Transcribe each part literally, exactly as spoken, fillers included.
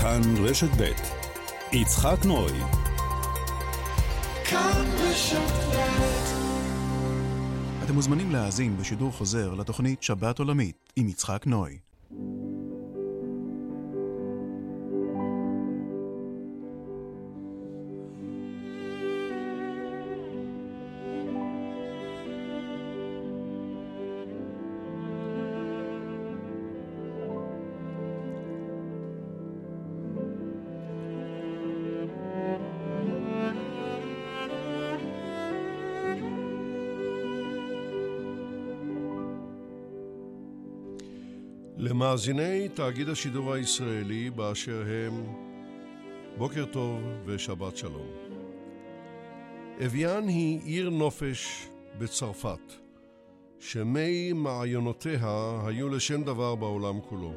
כאן רשת ב' יצחק נוי. כאן רשת ב'. אתם מוזמנים להאזין בשידור חוזר לתוכנית שבת עולמית עם יצחק נוי. למאזיני תאגיד השידור הישראלי באשר הם, בוקר טוב ושבת שלום. אביאן היא עיר נופש בצרפת, שמי מעיונותיה היו לשם דבר בעולם כולו.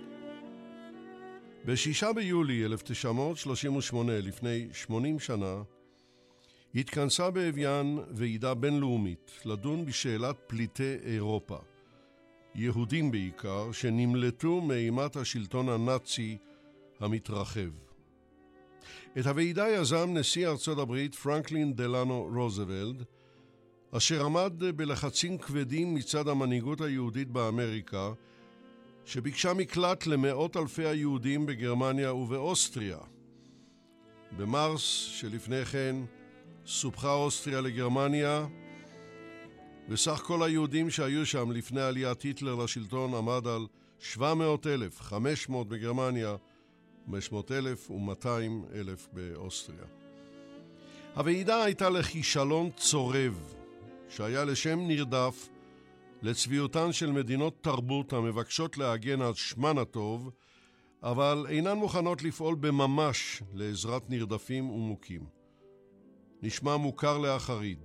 בשישה ביולי אלף תשע מאות שלושים ושמונה, לפני שמונים שנה, התכנסה באביאן ועידה בינלאומית לדון בשאלת פליטי אירופה, יהודים בעיקר, שנמלטו מאימת השלטון הנאצי המתרחב. את הוועידה יזם נשיא ארצות הברית פרנקלין דלאנו רוזוולט, אשר עמד בלחצים כבדים מצד המנהיגות היהודית באמריקה, שביקשה מקלט למאות אלפי היהודים בגרמניה ובאוסטריה. במרס שלפני כן סופחה אוסטריה לגרמניה, וסך כל היהודים שהיו שם לפני עליית היטלר לשלטון עמד על שבע מאות אלף, חמש מאות בגרמניה, חמש מאות אלף ומאתיים אלף באוסטריה. הוועידה הייתה לכישלון צורב, שהיה לשם נרדף לצביעותן של מדינות תרבות המבקשות להגן על שמן הטוב, אבל אינן מוכנות לפעול בממש לעזרת נרדפים ומוכים. נשמע מוכר לאחריד.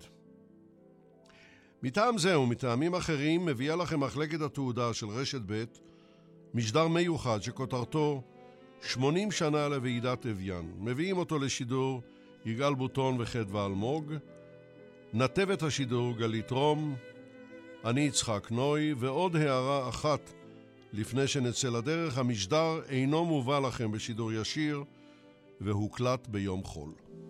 מטעם זה ומטעמים אחרים מביאה לכם מחלקת התעודה של רשת ב' משדר מיוחד שכותרתו שמונים שנה לוועידת אביאן. מביאים אותו לשידור יגאל בוטון וחדווה אלמוג, נתבת השידור גלית רום, אני יצחק נוי, ועוד הערה אחת לפני שנצא לדרך: המשדר אינו מובא לכם בשידור ישיר והוקלט ביום חול.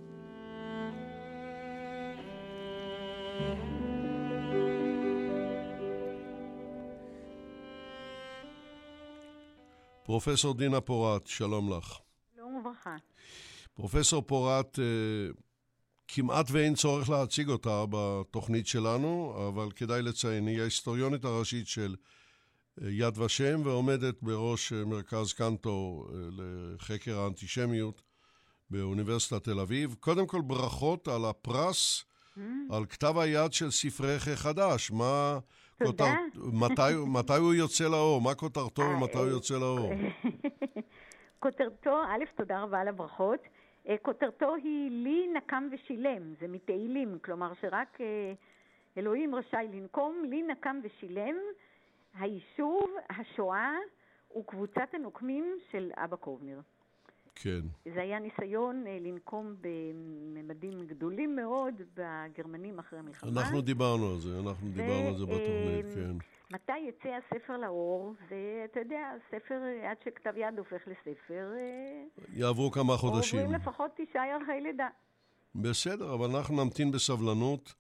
פרופסור דינה פורט, שלום לך. שלום וברכה. פרופסור פורט, כמעט ואין צורך להציג אותה בתוכנית שלנו, אבל כדאי לציין, היא ההיסטוריונית הראשית של יד ושם, ועומדת בראש מרכז קנטור לחקר האנטישמיות באוניברסיטת תל אביב. קודם כל ברכות על הפרס, mm. על כתב היד של ספרך החדש. מה... כותר... מתי, מתי הוא יוצא לאור? מה כותרתו ומתי הוא יוצא לאור? כותרתו, א', תודה רבה על הברכות. כותרתו היא לי נקם ושילם, זה מתהילים, כלומר שרק אלוהים רשאי לנקום, לי נקם ושילם, היישוב, השואה וקבוצת הנוקמים של אבא קובנר. כן. זה היה ניסיון לנקום בממדים גדולים מאוד בגרמנים אחרי המלחמה. אנחנו דיברנו על זה, אנחנו ו- דיברנו על זה בתוכנית, כן. מתי יצא הספר לאור? זה, אתה יודע, ספר, עד שכתב יד הופך לספר... יעברו כמה חודשים. עוברים לפחות תשעה ירחי לידה. בסדר, אבל אנחנו נמתין בסבלנות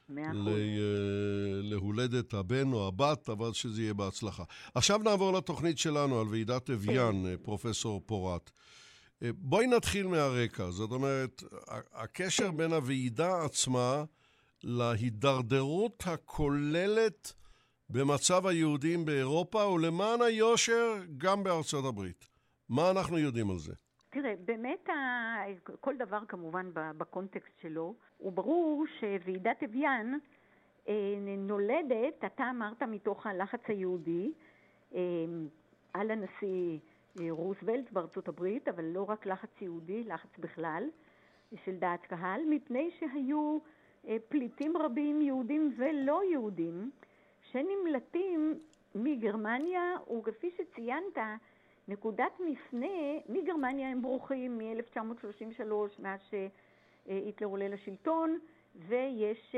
ל- להולדת הבן או הבת, אבל שזה יהיה בהצלחה. עכשיו נעבור לתוכנית שלנו על ועידת אביאן, פרופסור פורט. בואי נתחיל מהרקע. זאת אומרת, הקשר בין הוועידה עצמה להידרדרות הכוללת במצב היהודים באירופה, ולמען היושר גם בארצות הברית. מה אנחנו יודעים על זה? תראה, באמת כל דבר כמובן בקונטקסט שלו, הוא ברור שוועידת אביאן נולדת, אתה אמרת, מתוך הלחץ היהודי על הנשיא רוזוולט בארצות הברית, אבל לא רק לחץ יהודי, לחץ בכלל של דעת קהל, מפני שהיו פליטים רבים, יהודים ולא יהודים, שנמלטים מגרמניה, וכפי שציינת, נקודת מפנה, מגרמניה הם ברוכים מ-אלף תשע מאות שלושים ושלוש, מאז שהיטלר עולה לשלטון, ויש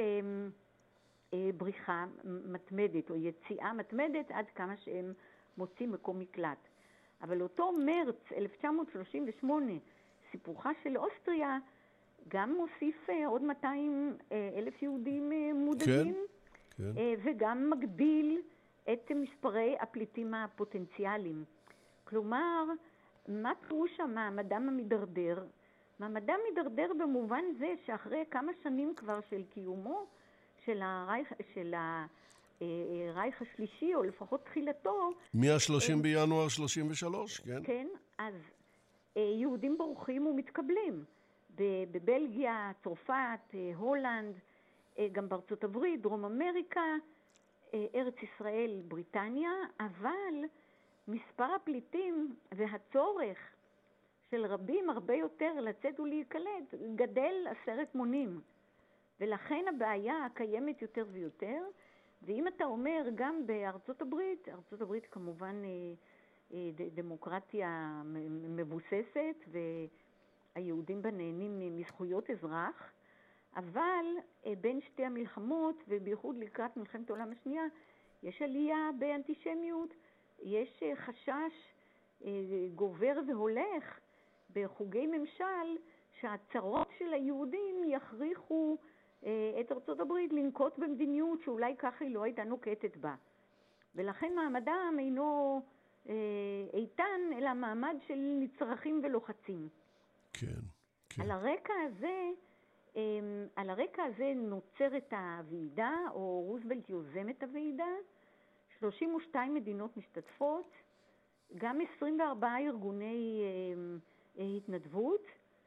בריחה מתמדת או יציאה מתמדת עד כמה שהם מוצאים מקום מקלט. אבל אותו מרץ אלף תשע מאות שלושים ושמונה, סיפוחה של אוסטריה, גם מוסיף עוד מאתיים אלף יהודים מודדים, כן, כן. וגם מגדיל את מספרי הפליטים הפוטנציאליים. כלומר, מה פירוש המעמדם המדרדר? מעמדם מדרדר במובן זה שאחרי כמה שנים כבר של קיומו של הרייך, של הרייך השלישי, או לפחות תחילתו, מה-שלושים בינואר שלושים ושלוש, כן? כן, אז יהודים בורחים ומתקבלים. בבלגיה, צרפת, הולנד, גם בארצות הברית, דרום אמריקה, ארץ ישראל, בריטניה, אבל מספר הפליטים והצורך של רבים הרבה יותר לצאת ולהיקלט גדל עשרת מונים. ולכן הבעיה קיימת יותר ויותר. ואם אתה אומר גם בארצות הברית, ארצות הברית כמובן דמוקרטיה מבוססת והיהודים בה נהנים מזכויות אזרח, אבל בין שתי המלחמות, ובייחוד לקראת מלחמת העולם השנייה, יש עלייה באנטישמיות, יש חשש גובר והולך בחוגי ממשל שהצרות של היהודים יכריחו את ארצות הברית לנקוט במדיניות שאולי ככה היא לא הייתה נוקטת בה. ולכן מעמדם אינו איתן, אלא מעמד של נצרכים ולוחצים. כן, כן. על הרקע הזה, על הרקע הזה נוצרת הוועידה, או רוזוולט יוזם את הוועידה, שלושים ושתיים מדינות משתתפות, גם עשרים וארבעה ארגוני התנדבות,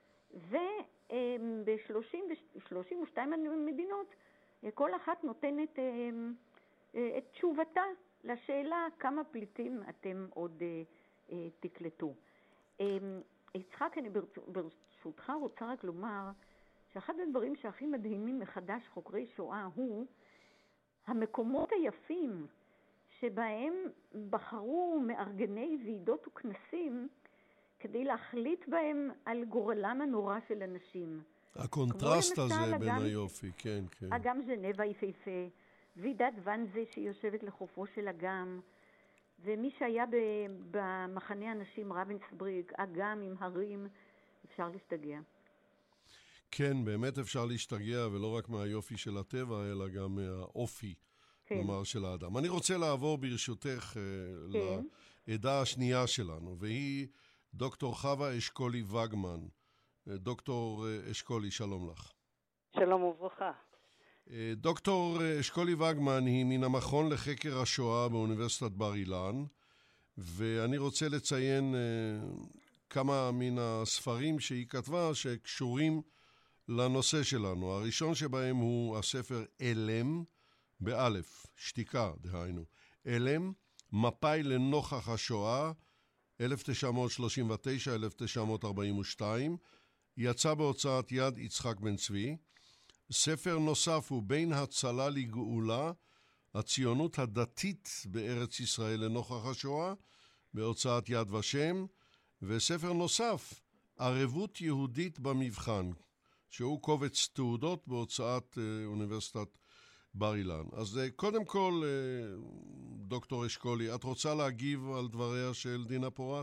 וב-שלושים ושתיים מדינות כל אחת נותנת את תשובתה לשאלה כמה פליטים אתם עוד תקלטו. יצחק, אני ברשותך רוצה רק לומר שאחד הדברים שהכי מדהימים מחדש חוקרי שואה הוא המקומות היפים שבהם בחרו מארגני ועידות וכנסים כדי להחליט בהם על גורלם הנורא של אנשים. הקונטרסט הזה בין היופי, כן, כן. אגם ז'נבה יפהפה, ועידת ואנזה שיושבת לחופו של אגם, ומי שהיה במחנה הנשים רבנסבריג, אגם עם הרים, אפשר להשתגע. כן, באמת אפשר להשתגע, ולא רק מהיופי של הטבע, אלא גם מהאופי, כן. כלומר, של האדם. אני רוצה לעבור ברשותך כן. לעדה השנייה שלנו, והיא דוקטור חווה אשכולי וגמן. דוקטור אשכולי, שלום לך. שלום וברכה. דוקטור אשכולי וגמן היא מן המכון לחקר השואה באוניברסיטת בר אילן, ואני רוצה לציין כמה מן הספרים שהיא כתבה שקשורים לנושא שלנו. הראשון שבהם הוא הספר אלם, באלף, שתיקה דהיינו. אלם, מפאי לנוכח השואה, אלף תשע מאות שלושים ותשע עד אלף תשע מאות ארבעים ושתיים, יצא בהוצאת יד יצחק בן צבי. ספר נוסף הוא בין הצלה לגאולה, הציונות הדתית בארץ ישראל לנוכח השואה, בהוצאת יד ושם, וספר נוסף, ערבות יהודית במבחן, שהוא קובץ תעודות בהוצאת אוניברסיטת בר אילן. אז קודם כל, דוקטור אשכולי, את רוצה להגיב על דבריה של דינה פורת?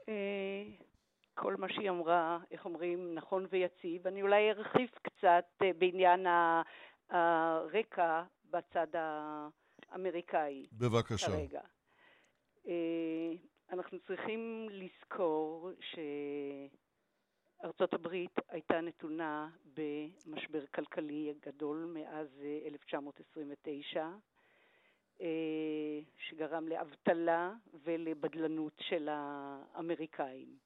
כל מה שהיא אמרה, איך אומרים, נכון ויציב. אני אולי ארחיב קצת בעניין הרקע בצד האמריקאי. בבקשה. כרגע. אנחנו צריכים לזכור שארצות הברית הייתה נתונה במשבר כלכלי גדול מאז אלף תשע מאות עשרים ותשע, שגרם לאבטלה ולבדלנות של האמריקאים.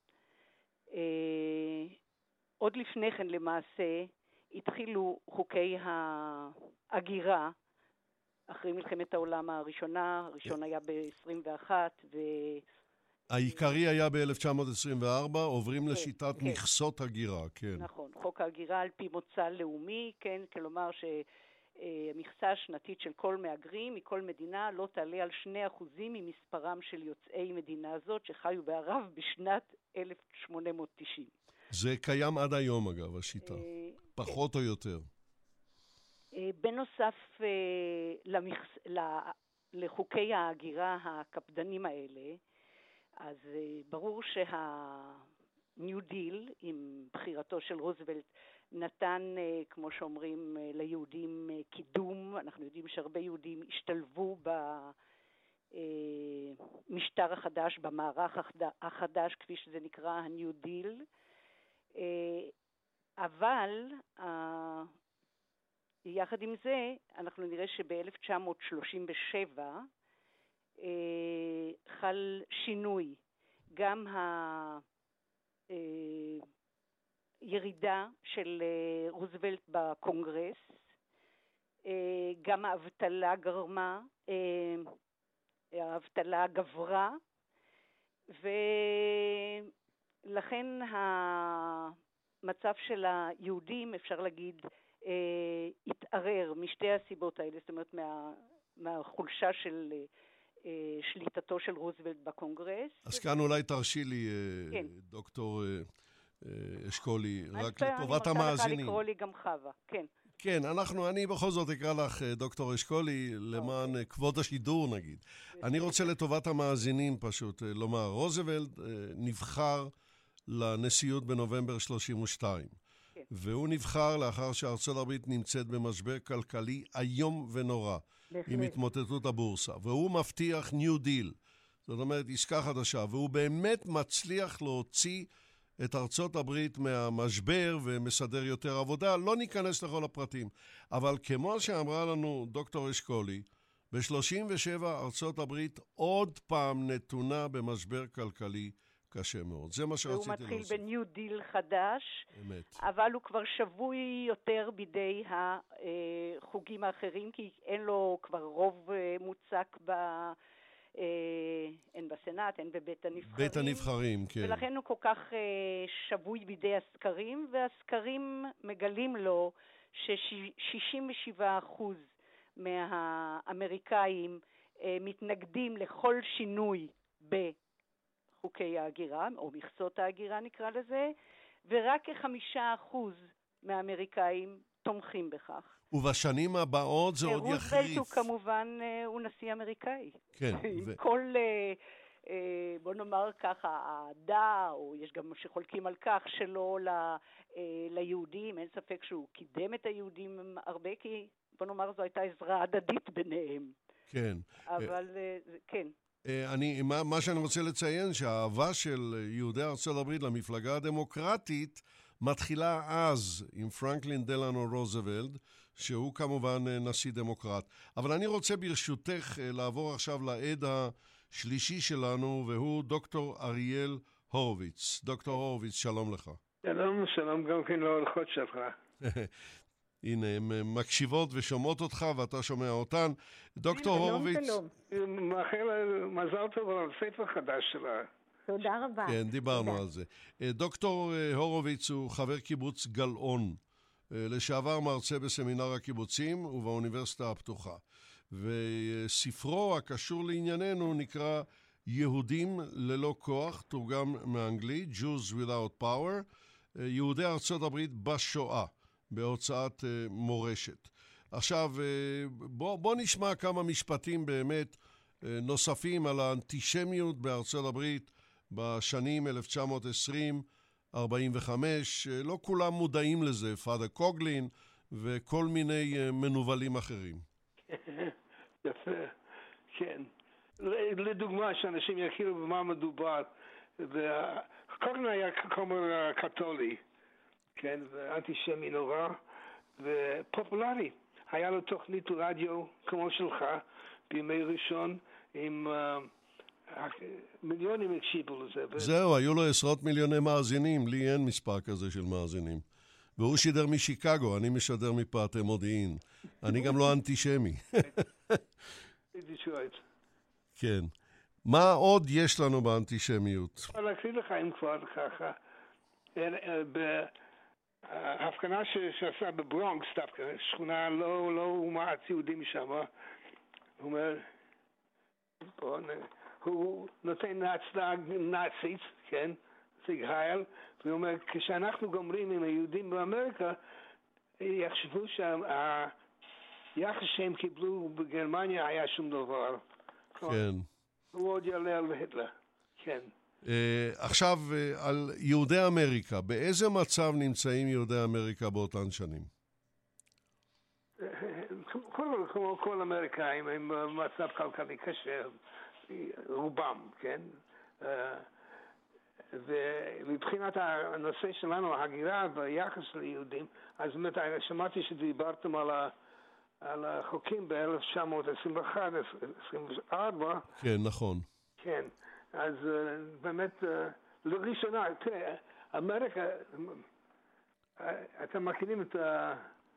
עוד לפני כן למעשה התחילו חוקי ההגירה אחרי מלחמת העולם הראשונה, הראשון היה ב-עשרים ואחת ו... העיקרי היה ב-אלף תשע מאות עשרים וארבע, עוברים לשיטת מכסות הגירה, כן. נכון, חוק ההגירה על פי מוצא לאומי, כן, כלומר שמכסה שנתית של כל מהגרים מכל מדינה לא תעלה על שני אחוזים ממספרם של יוצאי מדינה הזאת שחיו בערב בשנת אלף שמונה מאות תשעים. זה קיים עד היום אגב, השיטה, פחות או יותר. בנוסף למכס... לחוקי ההגירה הקפדנים האלה, אז ברור שה-New Deal עם בחירתו של רוזוולט נתן, כמו שאומרים, ליהודים קידום. אנחנו יודעים שהרבה יהודים השתלבו במשטר החדש, במערך החדש, כפי שזה נקרא, ה-New Deal. אבל יחד עם זה, אנחנו נראה שב-אלף תשע מאות שלושים ושבע חל שינוי. גם הירידה של רוזוולט בקונגרס, גם האבטלה גרמה, האבטלה גברה, ולכן המצב של היהודים, אפשר להגיד, התערער משתי הסיבות האלה, זאת אומרת מה, מהחולשה של שליטתו של רוזוולט בקונגרס. אז כאן אולי תרשי לי, כן. דוקטור אשכולי, רק לטובת המאזינים. אני רוצה לך לקרוא לי גם חווה, כן. כן, אנחנו, אני בכל זאת אקרא לך דוקטור אשכולי, למען okay. כבוד השידור נגיד. אני רוצה לטובת המאזינים פשוט לומר, רוזוולט נבחר לנשיאות בנובמבר שלושים ושתיים. כן. והוא נבחר לאחר שארצות הברית נמצאת במשבר כלכלי איום ונורא, בהחלט. עם התמוטטות הבורסה. והוא מבטיח ניו דיל, זאת אומרת עסקה חדשה, והוא באמת מצליח להוציא את ארצות הברית מהמשבר ומסדר יותר עבודה. לא ניכנס לכל הפרטים. אבל כמו שאמרה לנו דוקטור אשכולי, ב-שלושים ושבע ארצות הברית עוד פעם נתונה במשבר כלכלי קשה מאוד. זה מה שרציתי להוסיף. הוא מתחיל בניו דיל חדש, אמת. אבל הוא כבר שבוי יותר בידי החוגים האחרים, כי אין לו כבר רוב מוצק ב... אין בסנאט, אין בבית הנבחרים. בית הנבחרים, כן. ולכן הוא כל כך שבוי בידי הסקרים, והסקרים מגלים לו ש-שישים ושבעה אחוז מהאמריקאים מתנגדים לכל שינוי בחוקי ההגירה, או מכסות ההגירה נקרא לזה, ורק כחמישה אחוז מהאמריקאים תומכים בכך. ובשנים הבאות זה עוד יחריף. רוזוולט הוא כמובן, הוא נשיא אמריקאי. כן. עם כל, בוא נאמר ככה, העדה, או יש גם שחולקים על כך שלא ליהודים, אין ספק שהוא קידם את היהודים הרבה, כי בוא נאמר זו הייתה עזרה הדדית ביניהם. כן. אבל כן. אני, מה, מה שאני רוצה לציין, שהאהבה של יהודי ארצות הברית למפלגה הדמוקרטית מתחילה אז עם פרנקלין דלאנו רוזוולט, שהוא כמובן נשיא דמוקרט. אבל אני רוצה ברשותך לעבור עכשיו לעד השלישי שלנו, והוא דוקטור אריאל הורוביץ. דוקטור הורוביץ, שלום לך. שלום, שלום גם כן לאורחות שלך. הנה, הן מקשיבות ושומעות אותך ואתה שומע אותן. דוקטור הורוביץ... שלום, שלום. מאחל מזל טוב על הספר חדש שלה. תודה רבה. כן, דיברנו על זה. דוקטור הורוביץ הוא חבר קיבוץ גלאון, לשעבר מרצה בסמינר הקיבוצים ובאוניברסיטה הפתוחה. וספרו הקשור לענייננו נקרא יהודים ללא כוח, תורגם מאנגלית, Jews Without Power, יהודי ארצות הברית בשואה, בהוצאת מורשת. עכשיו, בוא, בוא נשמע כמה משפטים באמת נוספים על האנטישמיות בארצות הברית בשנים אלף תשע מאות עשרים עד ארבעים וחמש. לא כולם מודעים לזה, פאדר קוגלין וכל מיני מנובלים אחרים. יפה, כן. לדוגמה, שאנשים יכירו במה מדובר, קוגלין היה כומר קתולי, כן, ואנטישמי נורא, ופופולרי. היה לו תוכנית רדיו כמו שלך, בימי ראשון, עם uh, מיליונים הקשיבו לזה. זהו, היו לו עשרות מיליוני מאזינים, לי אין מספר כזה של מאזינים. והוא שידר משיקגו, אני משדר מפאתי מודיעין. אני גם לא אנטישמי. כן. מה עוד יש לנו באנטישמיות? אני רוצה להקריא לך אם כבר ככה. ההפגנה שעשה בברונקס, דווקא, שכונה לא, לא מעט יהודים שם, הוא אומר, הוא נותן הצדעה נאצית, כן, סיג הייל, והוא אומר, כשאנחנו גומרים עם היהודים באמריקה, יחשבו שהיחס שהם קיבלו בגרמניה היה שום דבר. כן. הוא עוד יעלה על היטלר. כן. Uh, עכשיו, uh, על יהודי אמריקה, באיזה מצב נמצאים יהודי אמריקה באותן שנים? כמו כל, כל אמריקאים הם במצב כלכלי קשה, רובם, כן? Uh, ומבחינת הנושא שלנו, ההגירה ביחס ליהודים, אז באמת שמעתי שדיברתם על, ה, על החוקים ב-אלף תשע מאות עשרים ואחת עשרים וארבע. כן, נכון. כן, אז באמת, לראשונה, תראה, אמריקה, אתם מכירים את ה...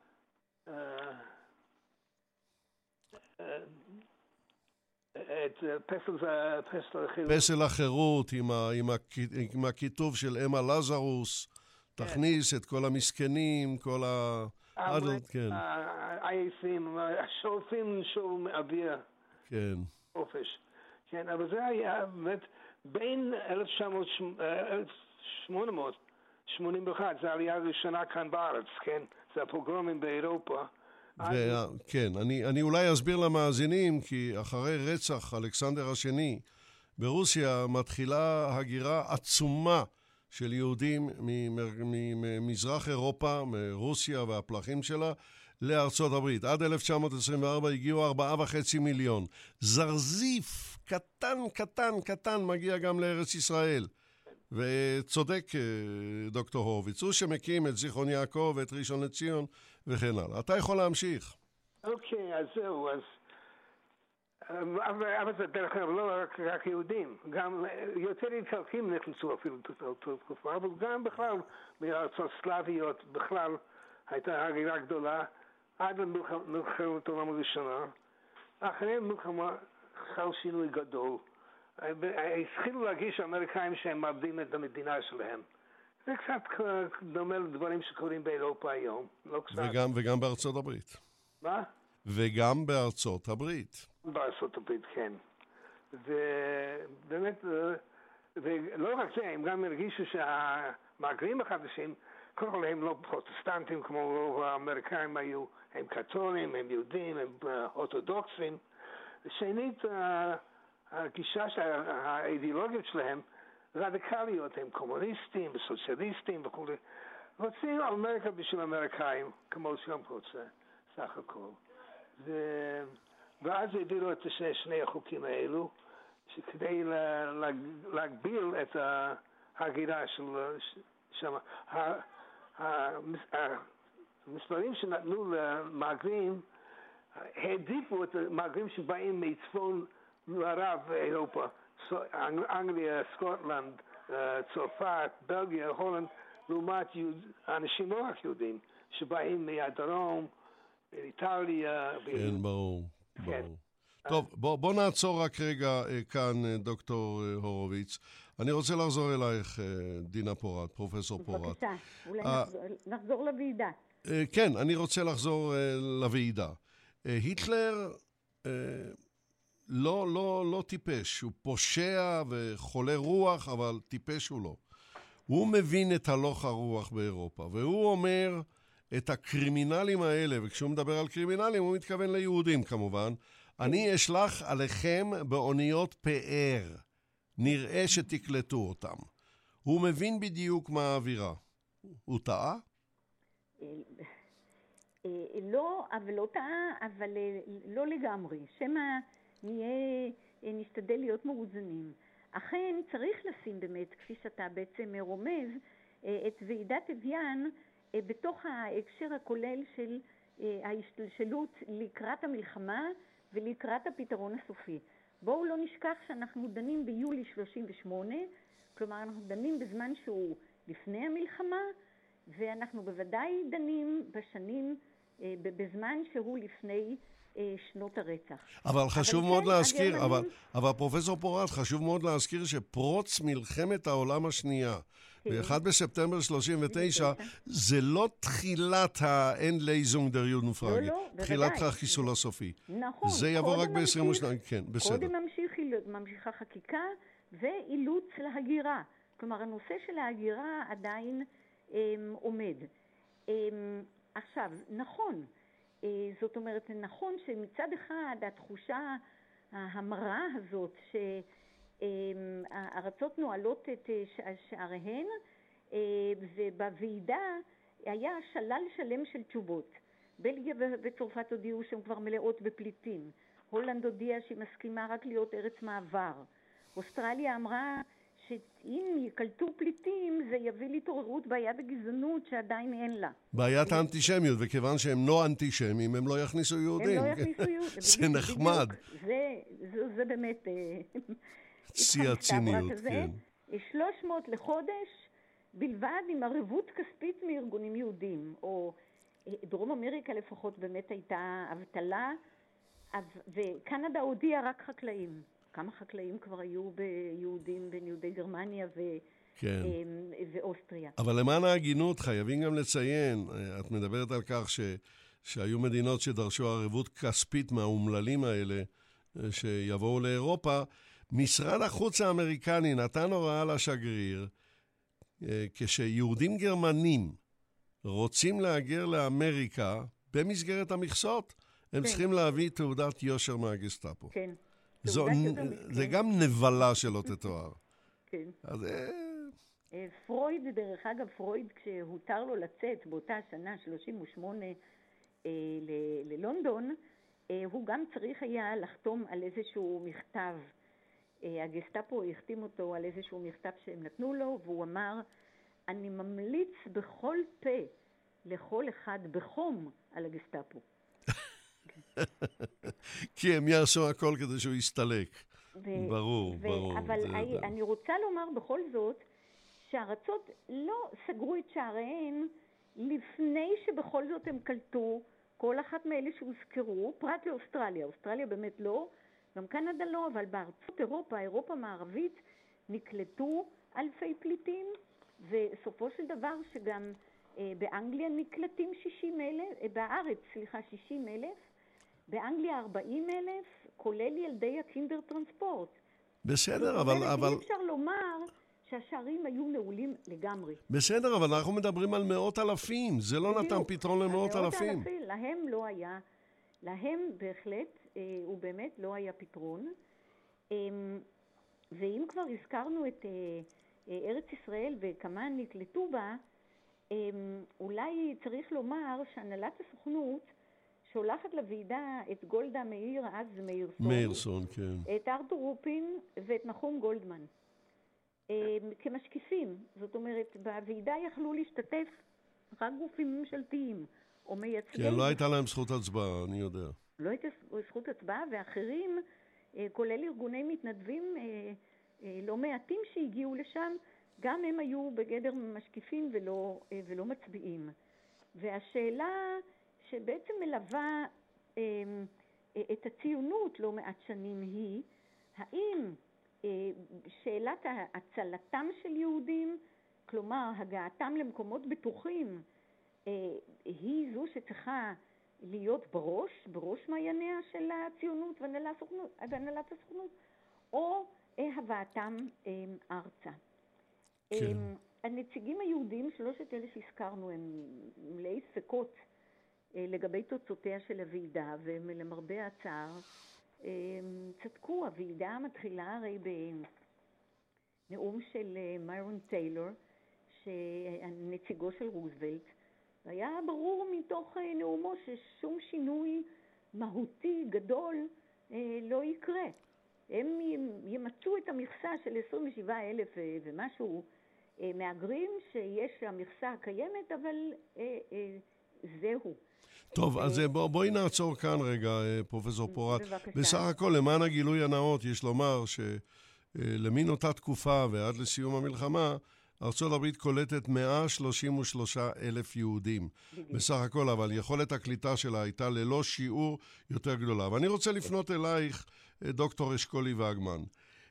את פסל, פסל החירות. פסל החירות עם, ה, עם, ה, עם הכיתוב של אמה לזרוס, כן. תכניס את כל המסכנים, כל ה... אדלט, כן. העייפים, השורפים שור אוויר. כן. חופש. כן, אבל זה היה באמת בין אלף שמונה מאות שמונים ואחת, זה העלייה הראשונה כאן בארץ, כן? זה הפוגרומים באירופה. ו- כן, אני, אני אולי אסביר למאזינים, כי אחרי רצח אלכסנדר השני ברוסיה מתחילה הגירה עצומה של יהודים ממזרח אירופה, מרוסיה והפלחים שלה, לארצות הברית. עד אלף תשע מאות עשרים וארבע הגיעו ארבעה וחצי מיליון. זרזיף, קטן, קטן, קטן, מגיע גם לארץ ישראל. וצודק דוקטור הורוביץ, הוא שמקים את זיכרון יעקב ואת ראשון לציון וכן הלאה. אתה יכול להמשיך. אוקיי, אז זהו, אז... אבל זה דרך כלל לא רק, רק יהודים, גם יותר איטלקים נכנסו אפילו תקופה, אבל גם בכלל בארצות סלאביות בכלל הייתה הגירה גדולה עד למלחמת העולם הראשונה. אחרי המלחמה חל שינוי גדול. התחילו להרגיש האמריקאים שהם מאבדים את המדינה שלהם. זה קצת דומה לדברים שקורים באירופה היום. לא קצת. וגם, וגם בארצות הברית. מה? וגם בארצות הברית. בארצות הברית, כן. ובאמת, ולא רק זה, הם גם הרגישו שהמהגרים החדשים, כל כל הם לא פרוטסטנטים כמו רוב האמריקאים היו, הם קתולים, הם יהודים, הם אורתודוקסים. שנית, הגישה, האידיאולוגיות שלהם רדיקליות, הם קומוניסטים וסוציאליסטים וכו'. רוצים אמריקה בשביל אמריקאים, כמו שגם רוצה, סך הכל. ו... ואז העבירו את שני החוקים האלו, שכדי להגביל את ההגירה של שם. המספרים שנתנו למהגרים העדיפו את המהגרים שבאים מצפון מערב אירופה, אנגליה, סקוטלנד, צרפת, בלגיה, הולנד, לעומת אנשים לא רק יהודים, שבאים מהדרום, איטליה. כן, ברור. ברור. טוב, בוא, בוא נעצור רק רגע כאן, דוקטור הורוביץ. אני רוצה לחזור אלייך, דינה פורת, פרופסור פורת. בבקשה, אולי נחזור, נחזור לוועידה. כן, אני רוצה לחזור לוועידה. היטלר לא, לא, לא טיפש, הוא פושע וחולה רוח, אבל טיפש הוא לא. הוא מבין את הלוך הרוח באירופה, והוא אומר את הקרימינלים האלה, וכשהוא מדבר על קרימינלים הוא מתכוון ליהודים כמובן, אני אשלח עליכם באוניות פאר, נראה שתקלטו אותם. הוא מבין בדיוק מה האווירה. הוא טעה? לא, אבל לא טעה, אבל לא לגמרי. שמה נהיה, נשתדל להיות מאוזנים. אכן צריך לשים באמת, כפי שאתה בעצם רומז, את ועידת אביאן בתוך ההקשר הכולל של ההשתלשלות לקראת המלחמה ולקראת הפתרון הסופי. בואו לא נשכח שאנחנו דנים ביולי שלושים ושמונה, כלומר אנחנו דנים בזמן שהוא לפני המלחמה, ואנחנו בוודאי דנים בשנים, בזמן שהוא לפני שנות הרצח. אבל חשוב מאוד להזכיר, אבל, אבל פרופסור פורת, חשוב מאוד להזכיר שפרוץ מלחמת העולם השנייה, ב-אחד בספטמבר שלושים ותשע, זה לא תחילת ה-Endlösung der Judenfrage, לא, לא, תחילת החיסול הסופי. נכון. זה יבוא רק ב-עשרים ושתיים, כן, בסדר. קודם ממשיך, ממשיכה חקיקה ואילוץ להגירה. כלומר, הנושא של ההגירה עדיין אמ, עומד. אמ, עכשיו, נכון, זאת אומרת, נכון שמצד אחד התחושה המרה הזאת הארצות נועלות את שעריהן, ובוועידה היה שלל שלם של תשובות. בלגיה וצרפת הודיעו שהן כבר מלאות בפליטים. הולנד הודיעה שהיא מסכימה רק להיות ארץ מעבר. אוסטרליה אמרה שאם יקלטו פליטים זה יביא להתעוררות בעיית הגזענות שעדיין אין לה. בעיית האנטישמיות, וכיוון שהם לא אנטישמים, הם לא יכניסו יהודים. הם לא יכניסו יהודים. זה נחמד. זה, זה, זה באמת... שיא הציניות, כן. שלוש מאות לחודש בלבד עם ערבות כספית מארגונים יהודים, או דרום אמריקה לפחות באמת הייתה אבטלה, וקנדה הודיעה רק חקלאים. כמה חקלאים כבר היו ביהודים, בין יהודי גרמניה ו... כן. ואוסטריה. אבל למען ההגינות חייבים גם לציין, את מדברת על כך ש... שהיו מדינות שדרשו ערבות כספית מהאומללים האלה שיבואו לאירופה. משרד החוץ האמריקני נתן הוראה לשגריר, כשיהודים גרמנים רוצים להגר לאמריקה במסגרת המכסות, הם כן. צריכים להביא תעודת יושר מהגסטאפו. כן. זו, זה גם נבלה שלא תתואר. כן. אז... פרויד, דרך אגב, פרויד, כשהותר לו לצאת באותה שנה, שלושים ושמונה, אה, ל- ללונדון, אה, הוא גם צריך היה לחתום על איזשהו מכתב. אה, הגסטאפו החתים אותו על איזשהו מכתב שהם נתנו לו, והוא אמר, אני ממליץ בכל פה לכל אחד בחום על הגסטאפו. כי הם יעשו הכל כדי שהוא יסתלק. ו- ברור, ו- ברור. אבל זה, אני, זה... אני רוצה לומר בכל זאת, שהארצות לא סגרו את שעריהן לפני שבכל זאת הם קלטו כל אחת מאלה שהוזכרו, פרט לאוסטרליה. אוסטרליה באמת לא, גם קנדה לא, אבל בארצות אירופה, אירופה מערבית, נקלטו אלפי פליטים, וסופו של דבר שגם אה, באנגליה נקלטים שישים אלף, אה, בארץ, סליחה, שישים אלף, באנגליה ארבעים אלף, כולל ילדי הקינדר טרנספורט. בסדר, אבל... אבל... אי אפשר לומר... שהשערים היו נעולים לגמרי. בסדר, אבל אנחנו מדברים על מאות אלפים. זה לא נתן פתרון למאות אלפים. מאות אלפים, להם לא היה, להם בהחלט, אה, הוא באמת לא היה פתרון. אה, ואם כבר הזכרנו את אה, אה, ארץ ישראל וכמה נקלטו בה, אה, אולי צריך לומר שהנהלת הסוכנות שולחת לוועידה את גולדה מאיר, אז מאירסון. מאירסון, כן. את ארתור רופין ואת נחום גולדמן. כמשקיפים, זאת אומרת, בוועידה יכלו להשתתף רק גופים ממשלתיים או מייצגים. כן, לא הייתה להם זכות הצבעה, אני יודע. לא הייתה זכות הצבעה, ואחרים, כולל ארגוני מתנדבים לא מעטים שהגיעו לשם, גם הם היו בגדר משקיפים ולא, ולא מצביעים. והשאלה שבעצם מלווה את הציונות לא מעט שנים היא, האם שאלת הצלתם של יהודים, כלומר הגעתם למקומות בטוחים, היא זו שצריכה להיות בראש, בראש מעייניה של הציונות והנהלת הסוכנות, או הבאתם ארצה. כן. הנציגים היהודים, שלושת אלה שהזכרנו, הם מלאי ספקות לגבי תוצאותיה של הוועידה, ולמרבה הצער, צדקו. הוועידה מתחילה הרי בנאום של מיירון טיילור, נציגו של רוזוולט, והיה ברור מתוך נאומו ששום שינוי מהותי גדול לא יקרה. הם ימצאו את המכסה של עשרים ושבעה אלף ומשהו מהגרים, שיש המכסה הקיימת, אבל זהו. טוב, אז בוא, בואי נעצור כאן רגע, פרופסור פורט. בסך הכל, למען הגילוי הנאות, יש לומר שלמין אותה תקופה ועד לסיום המלחמה, ארצות הברית קולטת מאה שלושים ושלושה אלף יהודים. בסך הכל, אבל יכולת הקליטה שלה הייתה ללא שיעור יותר גדולה. ואני רוצה לפנות אלייך, דוקטור אשכולי וגמן.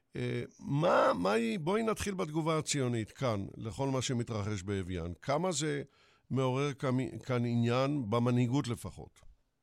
מה, מה היא, בואי נתחיל בתגובה הציונית כאן, לכל מה שמתרחש באביאן. כמה זה מעורר כאן עניין, במנהיגות לפחות?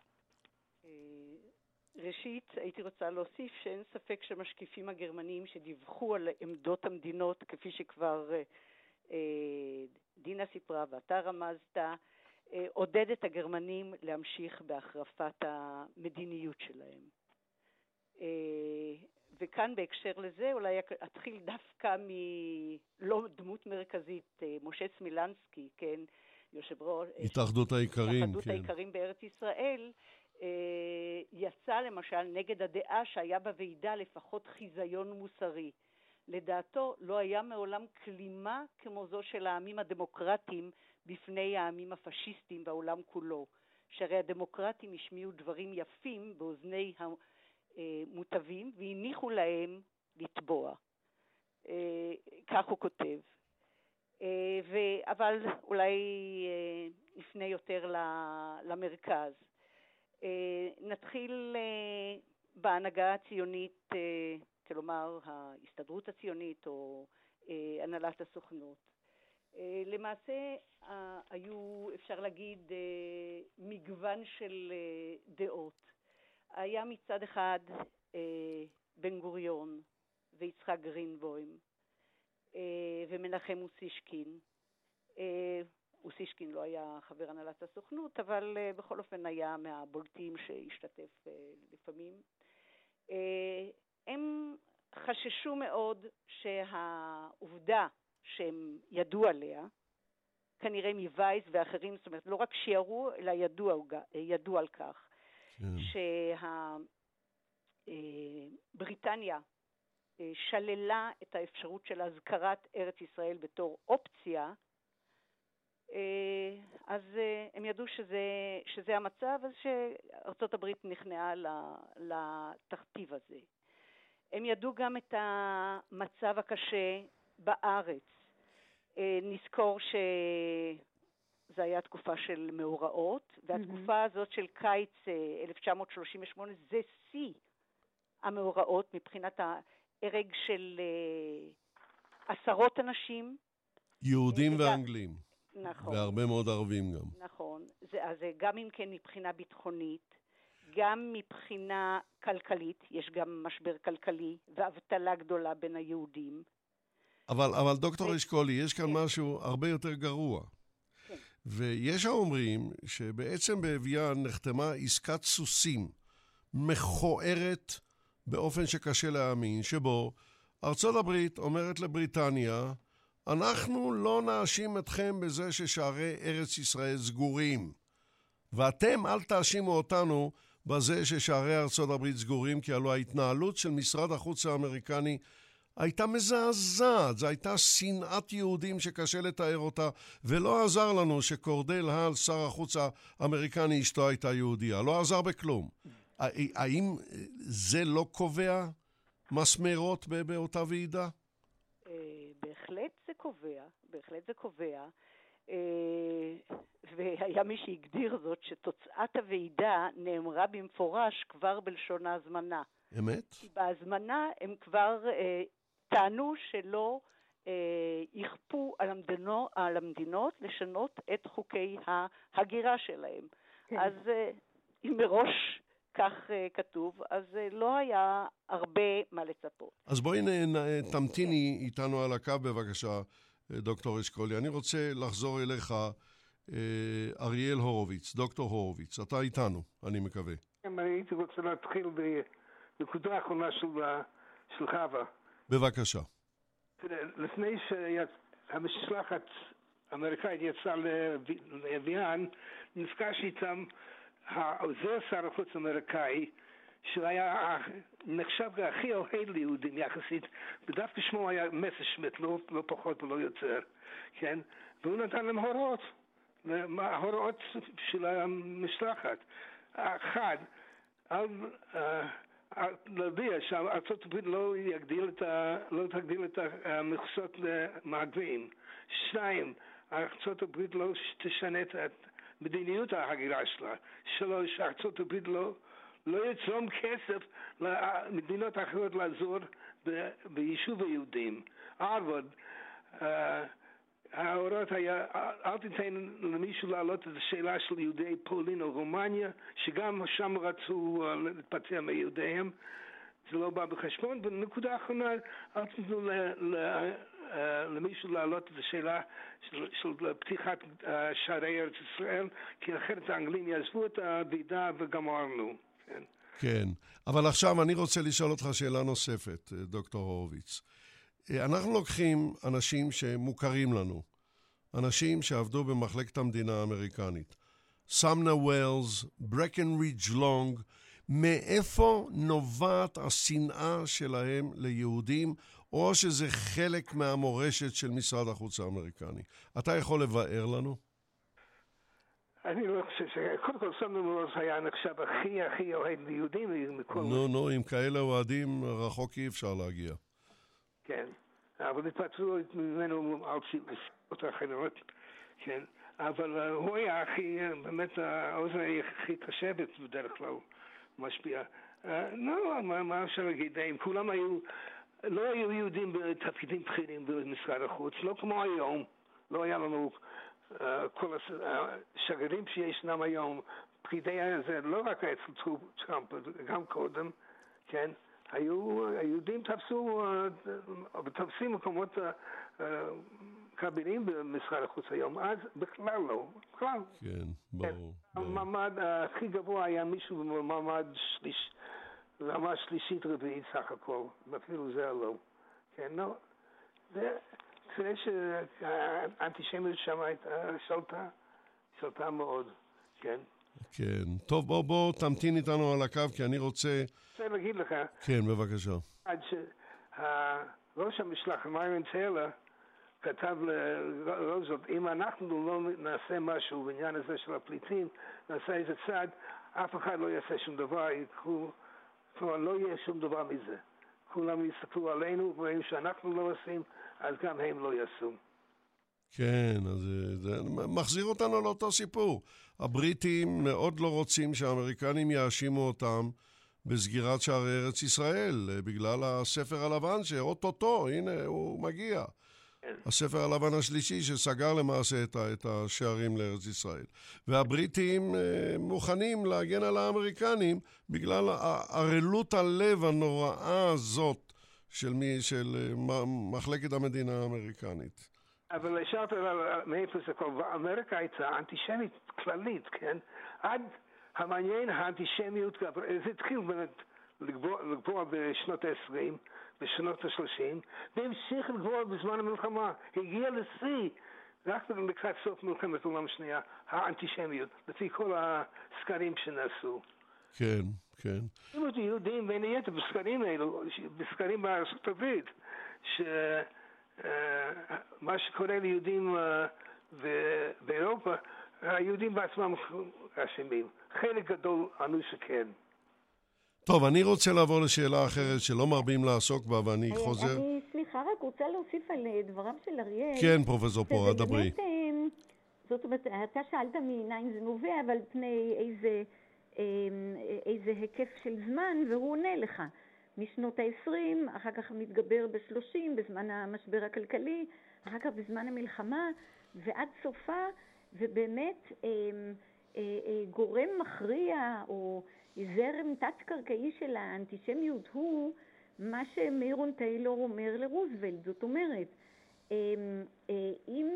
ראשית, הייתי רוצה להוסיף שאין ספק שמשקיפים הגרמנים שדיווחו על עמדות המדינות, כפי שכבר אה, דינה סיפרה ואתה רמזת, אה, עודד את הגרמנים להמשיך בהחרפת המדיניות שלהם. אה, וכאן בהקשר לזה אולי אתחיל דווקא מלא דמות מרכזית, משה סמילנסקי, כן, יושב ראש התאחדות האיכרים, התאחדות כן. האיכרים בארץ ישראל, יצא למשל נגד הדעה שהיה בוועידה לפחות חיזיון מוסרי. לדעתו לא היה מעולם כלימה כמו זו של העמים הדמוקרטיים בפני העמים הפשיסטיים בעולם כולו, שהרי הדמוקרטים השמיעו דברים יפים באוזני המוטבים והניחו להם לטבוע. כך הוא כותב. אבל אולי נפנה יותר למרכז. נתחיל בהנהגה הציונית, כלומר ההסתדרות הציונית או הנהלת הסוכנות. למעשה היו, אפשר להגיד, מגוון של דעות. היה מצד אחד בן גוריון ויצחק גרינבוים ומנחם אוסישקין. אוסישקין לא היה חבר הנהלת הסוכנות, אבל בכל אופן היה מהבולטים שהשתתף לפעמים. הם חששו מאוד שהעובדה שהם ידעו עליה, כנראה מווייס ואחרים, זאת אומרת לא רק שיערו, אלא ידעו, ידעו על כך, שבריטניה שללה את האפשרות של הזכרת ארץ ישראל בתור אופציה, אז הם ידעו שזה, שזה המצב, אז שארצות הברית נכנעה לתכתיב הזה. הם ידעו גם את המצב הקשה בארץ. נזכור שזו הייתה תקופה של מאורעות, והתקופה הזאת של קיץ אלף תשע מאות שלושים ושמונה זה שיא המאורעות מבחינת ההרג של עשרות אנשים. יהודים ואנגלים. נכון. והרבה מאוד ערבים גם. נכון. זה, אז גם אם כן מבחינה ביטחונית, גם מבחינה כלכלית, יש גם משבר כלכלי ואבטלה גדולה בין היהודים. אבל, אבל דוקטור אשכולי, יש כאן כן. משהו הרבה יותר גרוע. כן. ויש האומרים שבעצם באביאן נחתמה עסקת סוסים מכוערת באופן שקשה להאמין, שבו ארצות הברית אומרת לבריטניה, אנחנו לא נאשים אתכם בזה ששערי ארץ ישראל סגורים. ואתם אל תאשימו אותנו בזה ששערי ארצות הברית סגורים, כי הלוא ההתנהלות של משרד החוץ האמריקני הייתה מזעזעת. זו הייתה שנאת יהודים שקשה לתאר אותה, ולא עזר לנו שקורדל האל, שר החוץ האמריקני, אשתו הייתה יהודיה. לא עזר בכלום. האם זה לא קובע מסמרות באותה ועידה? בהחלט זה קובע, בהחלט זה קובע. והיה מי שהגדיר זאת שתוצאת הוועידה נאמרה במפורש כבר בלשון ההזמנה. אמת? כי בהזמנה הם כבר אה, טענו שלא אה, יכפו על, המדינו, על המדינות לשנות את חוקי ההגירה שלהם. כן. אז אה, אם מראש כך אה, כתוב, אז אה, לא היה הרבה מה לצפות. אז בואי נ, נ, תמתיני איתנו על הקו בבקשה, דוקטור אשכולי. אני רוצה לחזור אליך, אריאל הורוביץ, דוקטור הורוביץ. אתה איתנו, אני מקווה. אני הייתי רוצה להתחיל בנקודה האחרונה של, של חווה. בבקשה. לפני שהמשלחת האמריקאית יצאה לאביאן, נפגש איתם העוזר שר החוץ האמריקאי, שהיה נחשב הכי אוהד ליהודים יחסית, ודווקא שמו היה מסרשמיט, לא, לא פחות ולא יותר, כן? והוא נתן להם הוראות, הוראות של המשלחת. אחד, על להודיע שארצות הברית לא יגדיל את ה, לא תגדיל את המכסות למהגרים. שתיים, ארצות הברית לא תשנה את מדיניות ההגירה שלה. שלוש, ארצות הברית לא לא יצרום כסף למדינות אחרות לעזור ביישוב היהודים. ארבע, ההוראות היה, אל תיתן למישהו להעלות את השאלה של יהודי פולין או רומניה, שגם שם רצו להתפטר מיהודיהם. זה לא בא בחשבון. בנקודה האחרונה, אל תיתנו למישהו להעלות את השאלה של, של פתיחת שערי ארץ ישראל, כי אחרת האנגלים יעזבו את הוועידה וגמרנו. כן. כן, אבל עכשיו אני רוצה לשאול אותך שאלה נוספת, דוקטור הורוביץ. אנחנו לוקחים אנשים שמוכרים לנו, אנשים שעבדו במחלקת המדינה האמריקנית. סמנה ווילס, ברקנרידג' לונג, מאיפה נובעת השנאה שלהם ליהודים, או שזה חלק מהמורשת של משרד החוץ האמריקני? אתה יכול לבאר לנו? אני לא חושב ש... קודם כל, סמנה ווילס היה נחשב הכי הכי אוהד ליהודים מכל... נו, נו, עם כאלה אוהדים רחוק אי אפשר להגיע. כן, אבל התפטרו ממנו על סיבות אחרות, כן. אבל הוא היה הכי, באמת האוזן הכי קשבת בדרך כלל משפיע. לא, מה אפשר להגיד, אם כולם היו, לא היו יהודים בתפקידים בכירים במשרד החוץ, לא כמו היום, לא היה לנו כל השגרירים שישנם היום, פקידי זה לא רק אצל טראמפ, גם קודם, כן, היו, היהודים תפסו, תפסים מקומות כבירים במשרד החוץ היום, אז בכלל לא, בכלל. כן, ברור. המעמד הכי גבוה היה מישהו במעמד שליש, רמה שלישית רביעית סך הכל, אפילו זה לא. כן, לא. זה, זה שהאנטישמיות שם שלטה, שלטה מאוד, כן. כן, טוב, בוא, בוא תמתין איתנו על הקו, כי אני רוצה... רוצה להגיד לך... כן, בבקשה. עד שראש המשלחת, מיירון טיילר, כתב לרוזוולט, אם אנחנו לא נעשה משהו בעניין הזה של הפליטים, נעשה איזה צעד, אף אחד לא יעשה שום דבר, יקחו, כלומר לא יהיה שום דבר מזה. כולם יסתכלו עלינו, ורואים שאנחנו לא עושים, אז גם הם לא יעשו. כן, אז זה מחזיר אותנו לאותו סיפור. הבריטים מאוד לא רוצים שהאמריקנים יאשימו אותם בסגירת שערי ארץ ישראל, בגלל הספר הלבן שאוטוטו, הנה הוא מגיע. הספר הלבן השלישי שסגר למעשה את השערים לארץ ישראל. והבריטים מוכנים להגן על האמריקנים בגלל ערלות הלב הנוראה הזאת של, מי, של מחלקת המדינה האמריקנית. אבל השארת מאיפה זה כל... אמריקה הייתה אנטישמית כללית, כן? עד המעניין האנטישמיות, זה התחיל באמת לגבוה בשנות ה-עשרים, בשנות ה-שלושים, והמשיך לגבוה בזמן המלחמה. הגיע לשיא, רק לקראת סוף מלחמת העולם השנייה, האנטישמיות, לפי כל הסקרים שנעשו. כן, כן. אם אותי יהודים, בין היתר בסקרים האלו, בסקרים בארצות הברית, שמה שקורה ליהודים באירופה, היהודים בעצמם אשמים. חלק גדול ענו שכן. טוב, אני רוצה לעבור לשאלה אחרת שלא מרבים לעסוק בה, ואני חוזר... אני, סליחה, רק רוצה להוסיף על דבריו של אריאל. כן, פרופסור פורה, דברי. זאת אומרת, אתה שאלת מעיניים זה נובע, אבל פני איזה, איזה היקף של זמן, והוא עונה לך. משנות ה-עשרים, אחר כך מתגבר ב-שלושים, בזמן המשבר הכלכלי, אחר כך בזמן המלחמה, ועד סופה, ובאמת גורם מכריע, או... זרם תת-קרקעי של האנטישמיות הוא מה שמיירון טיילור אומר לרוזוולט. זאת אומרת, אם,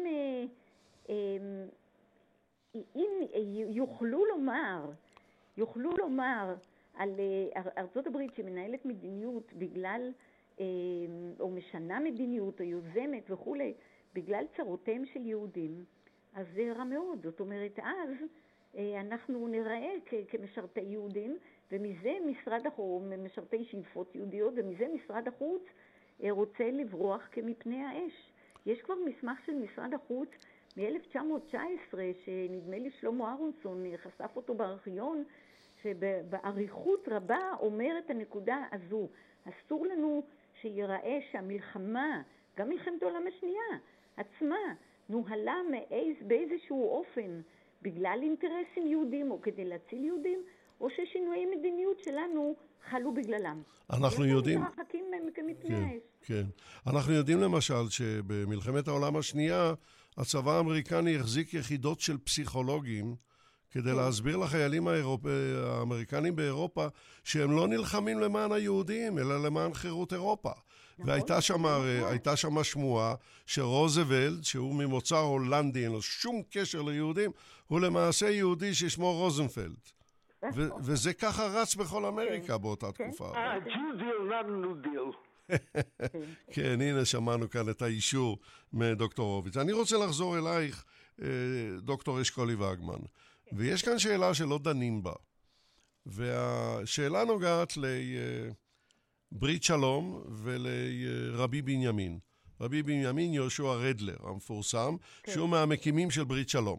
אם יוכלו לומר, יוכלו לומר על ארצות הברית שמנהלת מדיניות בגלל, או משנה מדיניות, או יוזמת וכו', בגלל צרותיהם של יהודים, אז זה רע מאוד. זאת אומרת, אז אנחנו נראה כמשרתי יהודים, ומזה משרד החוץ, משרתי שאיפות יהודיות, ומזה משרד החוץ רוצה לברוח כמפני האש. יש כבר מסמך של משרד החוץ מ-אלף תשע מאות תשע עשרה, שנדמה לי שלמה אהרונסון חשף אותו בארכיון, שבעריכות רבה אומר את הנקודה הזו. אסור לנו שיראה שהמלחמה, גם מלחמת העולם השנייה עצמה, נוהלה מאיז, באיזשהו אופן, בגלל אינטרסים יהודים או כדי להציל יהודים, או ששינויי מדיניות שלנו חלו בגללם. אנחנו יודעים... כן, כן. אנחנו יודעים למשל שבמלחמת העולם השנייה, הצבא האמריקני החזיק יחידות של פסיכולוגים, כדי להסביר לחיילים האירופ... האמריקנים באירופה, שהם לא נלחמים למען היהודים, אלא למען חירות אירופה. והייתה שם, הייתה שם שמועה שרוזוולט, שהוא ממוצא הולנדי, אין לו שום קשר ליהודים, הוא למעשה יהודי ששמו רוזנפלד. וזה ככה רץ בכל אמריקה באותה תקופה. אה, Jew deal, not a new deal. כן, הנה שמענו כאן את האישור מדוקטור הורוביץ. אני רוצה לחזור אלייך, דוקטור אשכולי וגמן, ויש כאן שאלה שלא דנים בה, והשאלה נוגעת לברית שלום ולרבי בנימין. רבי בנימין יהושע רדלר המפורסם, שהוא מהמקימים של ברית שלום.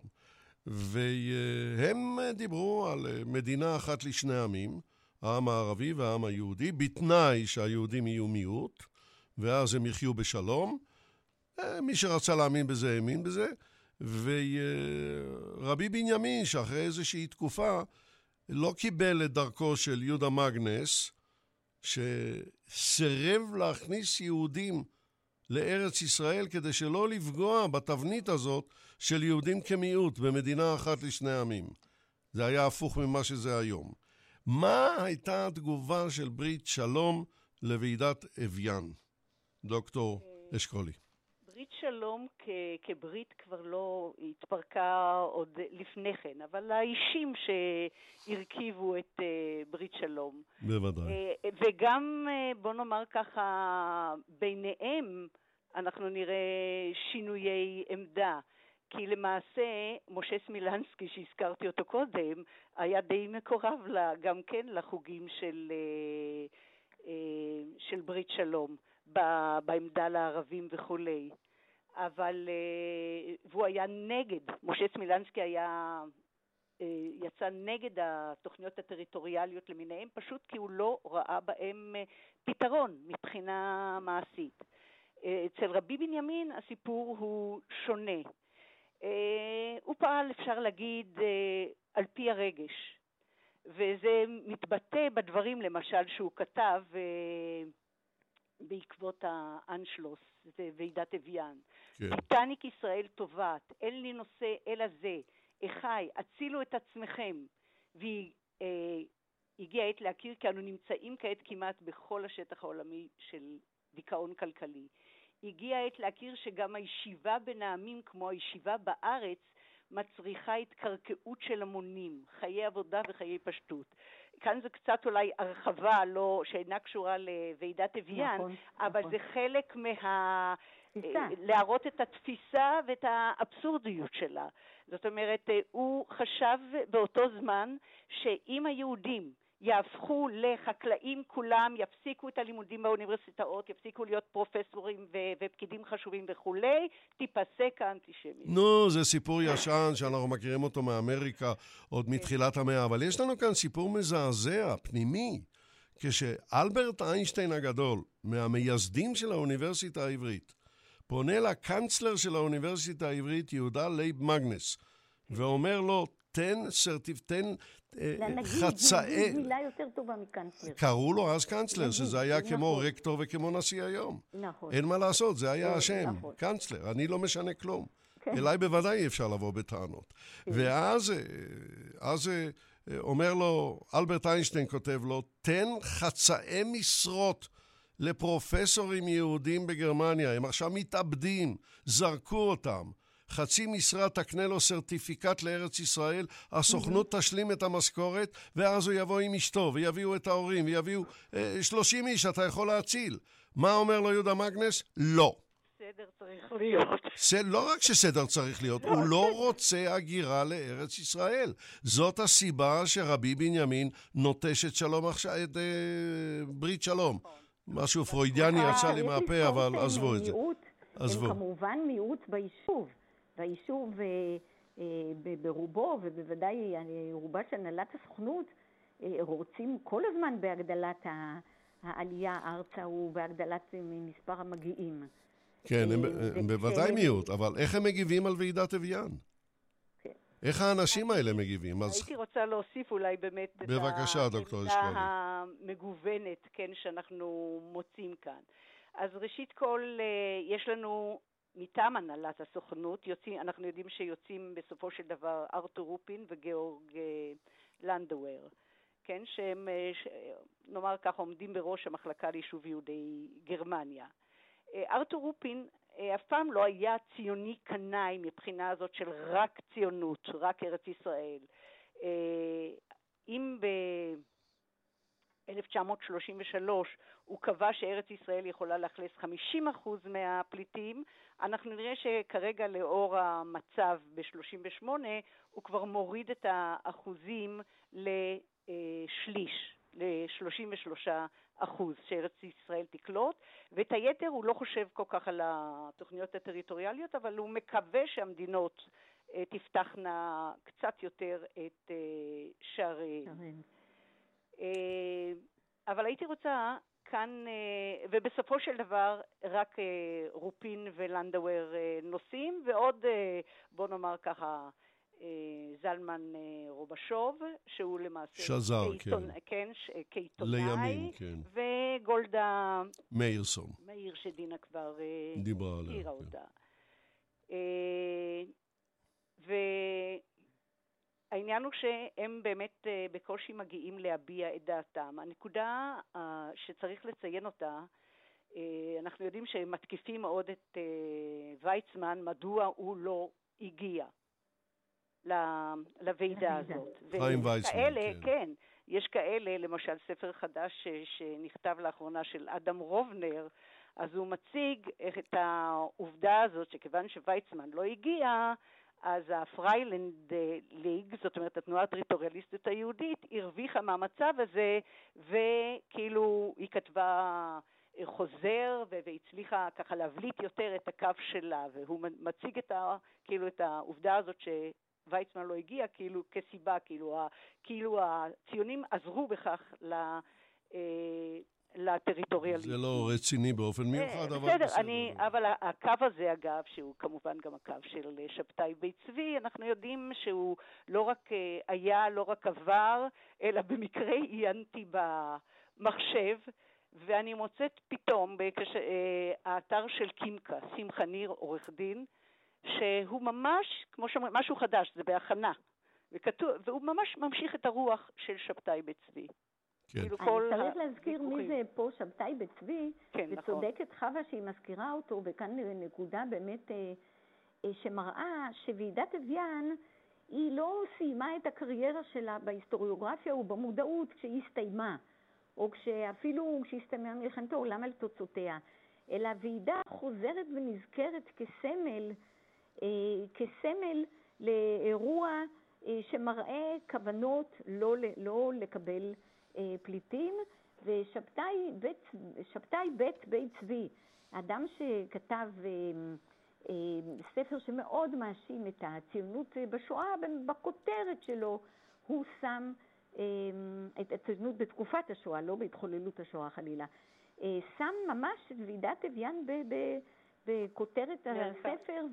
והם דיברו על מדינה אחת לשני עמים, העם הערבי והעם היהודי, בתנאי שהיהודים יהיו מיעוט, ואז הם יחיו בשלום. מי שרצה להאמין בזה, האמין בזה. ורבי בנימין, שאחרי איזושהי תקופה, לא קיבל את דרכו של יהודה מגנס, שסירב להכניס יהודים לארץ ישראל, כדי שלא לפגוע בתבנית הזאת של יהודים כמיעוט במדינה אחת לשני עמים. זה היה הפוך ממה שזה היום. מה הייתה התגובה של ברית שלום לוועידת אביאן? דוקטור אשכולי. ברית שלום כ- כברית כבר לא התפרקה עוד לפני כן, אבל האישים שהרכיבו את uh, ברית שלום. בוודאי. Uh, וגם, uh, בוא נאמר ככה, ביניהם אנחנו נראה שינויי עמדה. כי למעשה, משה סמילנסקי, שהזכרתי אותו קודם, היה די מקורב לה, גם כן לחוגים של, של ברית שלום, בעמדה לערבים וכולי. אבל, והוא היה נגד, משה סמילנסקי היה, יצא נגד התוכניות הטריטוריאליות למיניהם, פשוט כי הוא לא ראה בהם פתרון מבחינה מעשית. אצל רבי בנימין הסיפור הוא שונה. Uh, הוא פעל, אפשר להגיד, uh, על פי הרגש, וזה מתבטא בדברים למשל שהוא כתב uh, בעקבות האנשלוס, זה ועידת אביאן. כן. טיטניק ישראל טובעת, אין לי נושא אלא זה, אחי, הצילו את עצמכם. והיא uh, הגיעה עת להכיר כי אנו נמצאים כעת כמעט בכל השטח העולמי של דיכאון כלכלי. הגיע העת להכיר שגם הישיבה בין העמים כמו הישיבה בארץ מצריכה התקרקעות של המונים, חיי עבודה וחיי פשטות. כאן זה קצת אולי הרחבה לא, שאינה קשורה לוועידת אביאן, נכון, אבל נכון. זה חלק מה... להראות את התפיסה ואת האבסורדיות שלה. זאת אומרת, הוא חשב באותו זמן שאם היהודים יהפכו לחקלאים כולם, יפסיקו את הלימודים באוניברסיטאות, יפסיקו להיות פרופסורים ו- ופקידים חשובים וכולי, תיפסק האנטישמיות. נו, זה סיפור ישן שאנחנו מכירים אותו מאמריקה עוד מתחילת המאה, אבל יש לנו כאן סיפור מזעזע, פנימי, כשאלברט איינשטיין הגדול, מהמייסדים של האוניברסיטה העברית, פונה לקנצלר של האוניברסיטה העברית, יהודה לייב מגנס, ואומר לו, תן סרטיפ, תן חצאי... מילה יותר טובה מקנצלר. קראו לו אז קנצלר, שזה היה כמו רקטור וכמו נשיא היום. נכון. אין מה לעשות, זה היה השם, קנצלר, אני לא משנה כלום. אליי בוודאי אי אפשר לבוא בטענות. ואז אומר לו, אלברט איינשטיין כותב לו, תן חצאי משרות לפרופסורים יהודים בגרמניה, הם עכשיו מתאבדים, זרקו אותם. חצי משרה תקנה לו סרטיפיקט לארץ ישראל, הסוכנות תשלים את המשכורת, ואז הוא יבוא עם אשתו, ויביאו את ההורים, ויביאו אה, שלושים איש, אתה יכול להציל. מה אומר לו יהודה מגנס? לא. סדר צריך להיות. זה לא רק שסדר צריך להיות, הוא לא רוצה הגירה לארץ ישראל. זאת הסיבה שרבי בנימין נוטש את שלום עכשיו, את אה, ברית שלום. משהו פרוידיאני יצא לי מהפה, אבל עזבו את זה. הם כמובן מיעוט ביישוב. והיישוב ברובו, ובוודאי רובה של הנהלת הסוכנות, רוצים כל הזמן בהגדלת העלייה ארצה ובהגדלת מספר המגיעים. כן, הם בוודאי מיעוט, אבל איך הם מגיבים על ועידת אביאן? איך האנשים האלה מגיבים? הייתי רוצה להוסיף אולי באמת את העמדה המגוונת, כן, שאנחנו מוצאים כאן. אז ראשית כל, יש לנו מטעם הנהלת הסוכנות, יוצאים, אנחנו יודעים שיוצאים בסופו של דבר ארתור רופין וגיאורג לנדאואר, כן, שהם, ש, נאמר ככה, עומדים בראש המחלקה ליישוב יהודי גרמניה. ארתור רופין אף פעם לא היה ציוני קנאי מבחינה הזאת של רק ציונות, רק ארץ ישראל. אם ב-אלף תשע מאות שלושים ושלוש הוא קבע שארץ ישראל יכולה לאכלס חמישים אחוז מהפליטים, אנחנו נראה שכרגע לאור המצב ב-שלושים ושמונה הוא כבר מוריד את האחוזים לשליש, ל-שלושים ושלושה אחוז שארץ ישראל תקלוט, ואת היתר הוא לא חושב כל כך על התוכניות הטריטוריאליות, אבל הוא מקווה שהמדינות תפתחנה קצת יותר את שעריהן. אבל הייתי רוצה כאן, ובסופו של דבר רק רופין ולנדאוור נוסעים, ועוד בוא נאמר ככה זלמן רובשוב, שהוא למעשה שזר, כעיתון, כן. כן, כעיתונאי, לימים, כן. וגולדה מאירסון. מאיר שדינה כבר דיברה עליה. הכירה כן. אותה. והעניין הוא שהם באמת בקושי מגיעים להביע את דעתם. הנקודה שצריך לציין אותה, אנחנו יודעים שהם מתקיפים מאוד את ויצמן, מדוע הוא לא הגיע לוועידה הזאת. חיים ויצמן, כאלה, כן. כן. יש כאלה, למשל ספר חדש שנכתב לאחרונה של אדם רובנר, אז הוא מציג את העובדה הזאת שכיוון שוויצמן לא הגיע, אז הפריילנד ליג, זאת אומרת התנועה הטריטוריאליסטית היהודית, הרוויחה מהמצב הזה, וכאילו היא כתבה חוזר והצליחה ככה להבליט יותר את הקו שלה, והוא מציג את ה, כאילו את העובדה הזאת שוויצמן לא הגיע כאילו כסיבה, כאילו, ה, כאילו הציונים עזרו בכך ל... לטריטוריאליסטים. זה לא רציני באופן מיוחד, אבל בסדר. אני, אבל הקו הזה, אגב, שהוא כמובן גם הקו של שבתאי בית צבי, אנחנו יודעים שהוא לא רק היה, לא רק עבר, אלא במקרה עיינתי במחשב, ואני מוצאת פתאום באתר של קימקה, שמחה ניר, עורך דין, שהוא ממש, כמו שאומרים, משהו חדש, זה בהכנה, וכתוב, והוא ממש ממשיך את הרוח של שבתאי בית צבי. כן. אני צריך להזכיר מי זה פה שבתאי בית צבי, וצודקת חווה שהיא מזכירה אותו, וכאן נקודה באמת שמראה שוועידת אביאן היא לא סיימה את הקריירה שלה בהיסטוריוגרפיה ובמודעות כשהיא הסתיימה, או כשאפילו כשהסתיימה מלחמת העולם על תוצאותיה, אלא ועידה חוזרת ונזכרת כסמל, כסמל לאירוע שמראה כוונות לא, לא לקבל פליטים, ושבתאי בית, שבתאי בית בית צבי, אדם שכתב ספר שמאוד מאשים את הציונות בשואה, בכותרת שלו הוא שם את הציונות בתקופת השואה, לא בהתחוללות השואה חלילה, שם ממש את ועידת אביאן בכותרת הספר,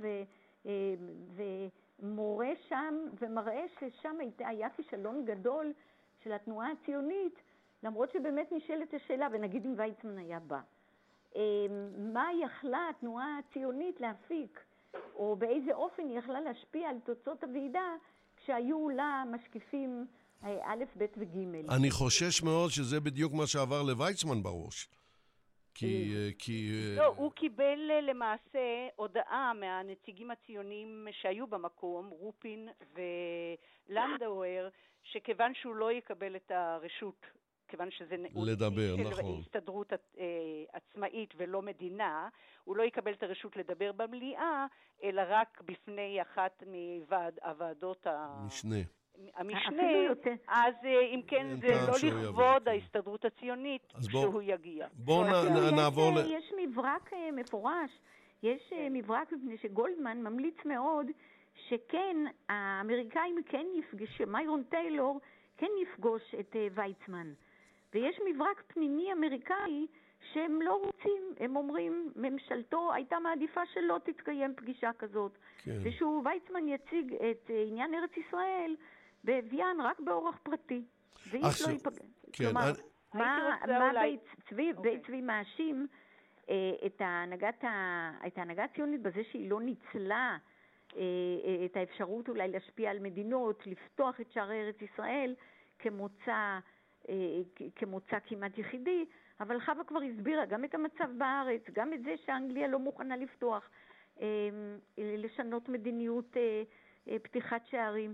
ומורה שם ומראה ששם היה כישלון גדול של התנועה הציונית, למרות שבאמת נשאלת השאלה, ונגיד אם ויצמן היה בא, מה יכלה התנועה הציונית להפיק, או באיזה אופן היא יכלה להשפיע על תוצאות הוועידה, כשהיו לה משקיפים א', ב' וג'. אני חושש מאוד שזה בדיוק מה שעבר לויצמן בראש. כי... כי... לא, הוא קיבל למעשה הודעה מהנציגים הציונים שהיו במקום, רופין ולנדאוור, שכיוון שהוא לא יקבל את הרשות, כיוון שזה לדבר, נכון. הסתדרות עצמאית ולא מדינה, הוא לא יקבל את הרשות לדבר במליאה, אלא רק בפני אחת מוועדות המשנה. המשנה, אז אם כן זה לא לכבוד ההסתדרות הציונית שהוא יגיע. בואו נעבור... יש מברק מפורש, יש מברק מפני שגולדמן ממליץ מאוד שכן, האמריקאים כן יפגש, מיירון טיילור כן יפגוש את ויצמן. ויש מברק פנימי אמריקאי שהם לא רוצים, הם אומרים, ממשלתו הייתה מעדיפה שלא תתקיים פגישה כזאת. כן. ושהוא ויצמן יציג את עניין ארץ ישראל באביאן רק באורח פרטי. ואיש לא ייפגש. כן. כלומר, אני... מה, מה בית צבי, okay. בית צבי מאשים אה, את ההנהגת, ה, את ההנהגה הציונית בזה שהיא לא ניצלה אה, אה, את האפשרות אולי להשפיע על מדינות, לפתוח את שערי ארץ ישראל כמוצא, אה, כמוצא כמעט יחידי, אבל חווה כבר הסבירה גם את המצב בארץ, גם את זה שאנגליה לא מוכנה לפתוח, אה, לשנות מדיניות אה, אה, פתיחת שערים.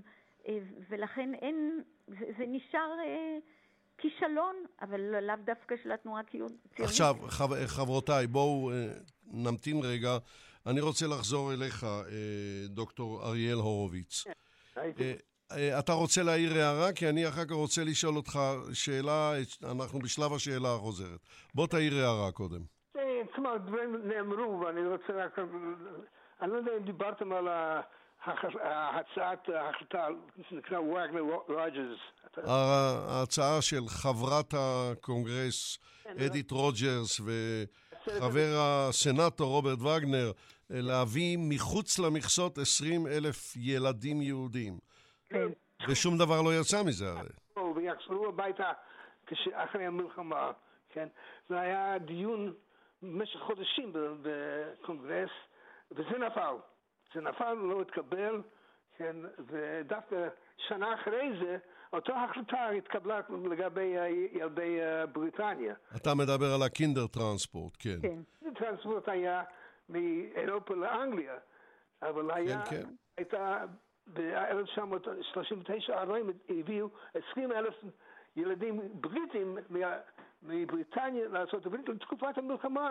ולכן אין, זה, זה נשאר כישלון, אבל לאו דווקא של התנועה הציונית. עכשיו, חברותיי, בואו נמתין רגע. אני רוצה לחזור אליך, דוקטור אריאל הורוביץ. אתה רוצה להעיר הערה? כי אני אחר כך רוצה לשאול אותך שאלה, אנחנו בשלב השאלה החוזרת. בוא תעיר הערה קודם. כלומר, דברים נאמרו, ואני רוצה רק... אני לא יודע אם דיברתם על הצעת ההחלטה, שנקרא וגנר רוג'רס. ההצעה של חברת הקונגרס אדית רוג'רס וחבר הסנאטור רוברט וגנר, להביא מחוץ למכסות עשרים אלף ילדים יהודים. ושום דבר לא יצא מזה הרי. ויחזרו הביתה אחרי המלחמה, כן? זה היה דיון במשך חודשים בקונגרס, וזה נפל. זה נפל, לא התקבל, כן? ודווקא שנה אחרי זה, אותה החלטה התקבלה לגבי ילדי בריטניה. אתה מדבר על הקינדר טרנספורט, כן. כן. טרנספורט היה מאירופה לאנגליה, אבל היה, הייתה... ב-אלף תשע מאות שלושים ותשע הביאו עשרים אלף ילדים בריטים מבריטניה לארצות הברית לתקופת המלחמה.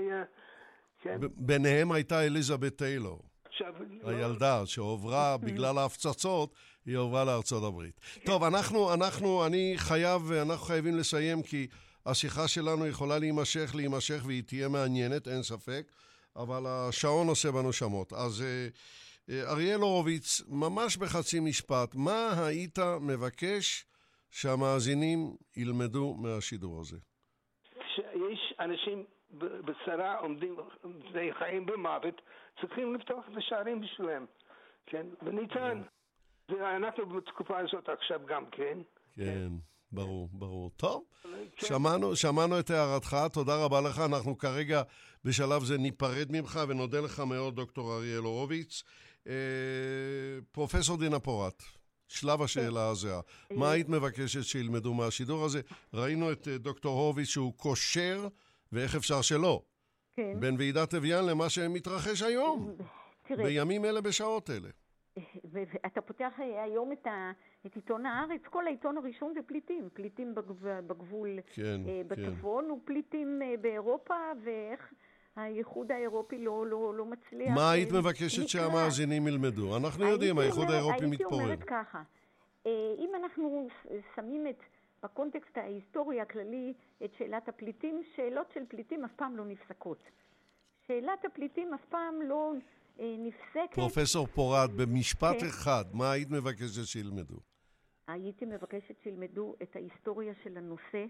ביניהם הייתה אליזבת טיילור, הילדה שעוברה בגלל ההפצצות, היא עוברה לארצות הברית. טוב, אנחנו, אנחנו, אני חייב, ואנחנו חייבים לסיים, כי השיחה שלנו יכולה להימשך, להימשך, והיא תהיה מעניינת, אין ספק, אבל השעון עושה בנו שמות. אז... אריאל הורוביץ, ממש בחצי משפט, מה היית מבקש שהמאזינים ילמדו מהשידור הזה? יש אנשים בצרה עומדים, חיים במוות, צריכים לפתוח את השערים בשבילם, כן? וניתן. ואנחנו בתקופה הזאת עכשיו גם כן. כן, ברור, ברור. טוב, שמענו, שמענו את הערתך, תודה רבה לך. אנחנו כרגע בשלב זה ניפרד ממך ונודה לך מאוד, דוקטור אריאל הורוביץ. פרופסור דינה פורת, שלב השאלה הזה, מה היית מבקשת שילמדו מהשידור הזה? ראינו את דוקטור הורוביץ שהוא קושר, ואיך אפשר שלא, בין ועידת אביאן למה שמתרחש היום, בימים אלה, בשעות אלה. ואתה פותח היום את עיתון הארץ, כל העיתון הראשון זה פליטים, פליטים בגבול בצפון ופליטים באירופה, ואיך הייחוד האירופי לא, לא, לא מצליח. מה היית מבקשת שהמאזינים ילמדו? אנחנו יודעים, הייחוד האירופי מתפורר. הייתי אומרת ככה, אם אנחנו שמים את, בקונטקסט ההיסטורי הכללי, את שאלת הפליטים, שאלות של פליטים אף פעם לא נפסקות. שאלת הפליטים אף פעם לא נפסקת. פרופסור פורת, במשפט אחד, מה היית מבקשת שילמדו? הייתי מבקשת שילמדו את ההיסטוריה של הנושא,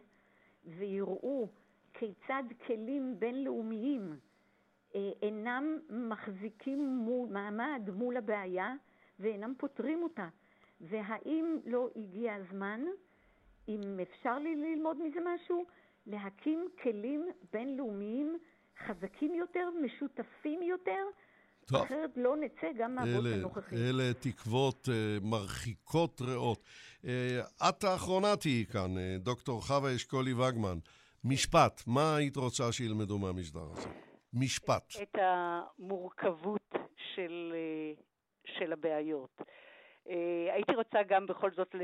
ויראו כיצד כלים בינלאומיים אה, אינם מחזיקים מול, מעמד מול הבעיה ואינם פותרים אותה. והאם לא הגיע הזמן, אם אפשר לי ללמוד מזה משהו, להקים כלים בינלאומיים חזקים יותר, משותפים יותר, טוב. אחרת לא נצא גם מהבוט הנוכחי. אלה תקוות uh, מרחיקות ראות. Uh, את האחרונה תהיי כאן, uh, דוקטור חווה אשכולי וגמן. משפט, מה היית רוצה שילמדו מהמשדר הזה? משפט. את המורכבות של, של הבעיות. הייתי רוצה גם בכל זאת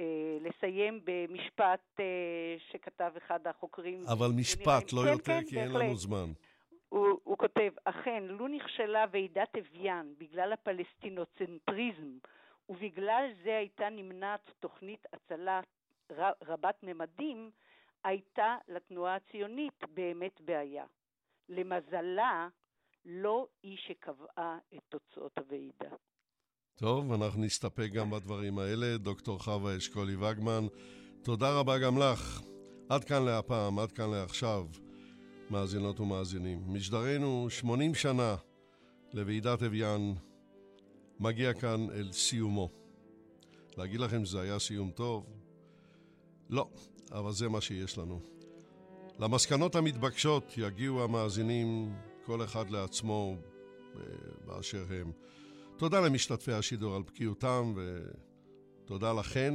לסיים במשפט שכתב אחד החוקרים. אבל משפט, לא כן, יותר, כן, כי אין לנו זמן. הוא, הוא כותב, אכן, לו נכשלה ועידת אביאן בגלל הפלסטינוצנטריזם, ובגלל זה הייתה נמנעת תוכנית הצלה רבת ממדים, הייתה לתנועה הציונית באמת בעיה. למזלה, לא היא שקבעה את תוצאות הוועידה. טוב, אנחנו נסתפק גם בדברים האלה. דוקטור חווה אשכולי וגמן, תודה רבה גם לך. עד כאן להפעם, עד כאן לעכשיו, מאזינות ומאזינים. משדרנו שמונים שנה לוועידת אביאן מגיע כאן אל סיומו. להגיד לכם שזה היה סיום טוב? לא. אבל זה מה שיש לנו. למסקנות המתבקשות יגיעו המאזינים, כל אחד לעצמו באשר הם. תודה למשתתפי השידור על בקיאותם, ותודה לכן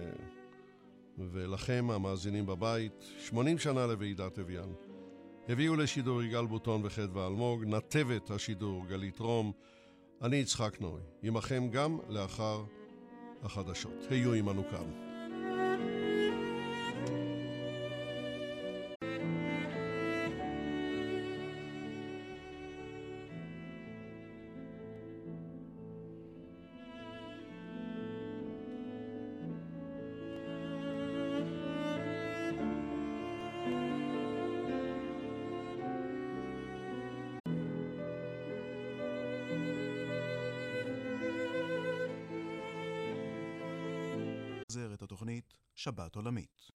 ולכם המאזינים בבית. שמונים שנה לוועידת אביאן. הביאו לשידור יגאל בוטון וחדווה אלמוג, נתבת השידור גלית רום. אני יצחק נוי, עמכם גם לאחר החדשות. היו עמנו כאן. את התוכנית שבת עולמית.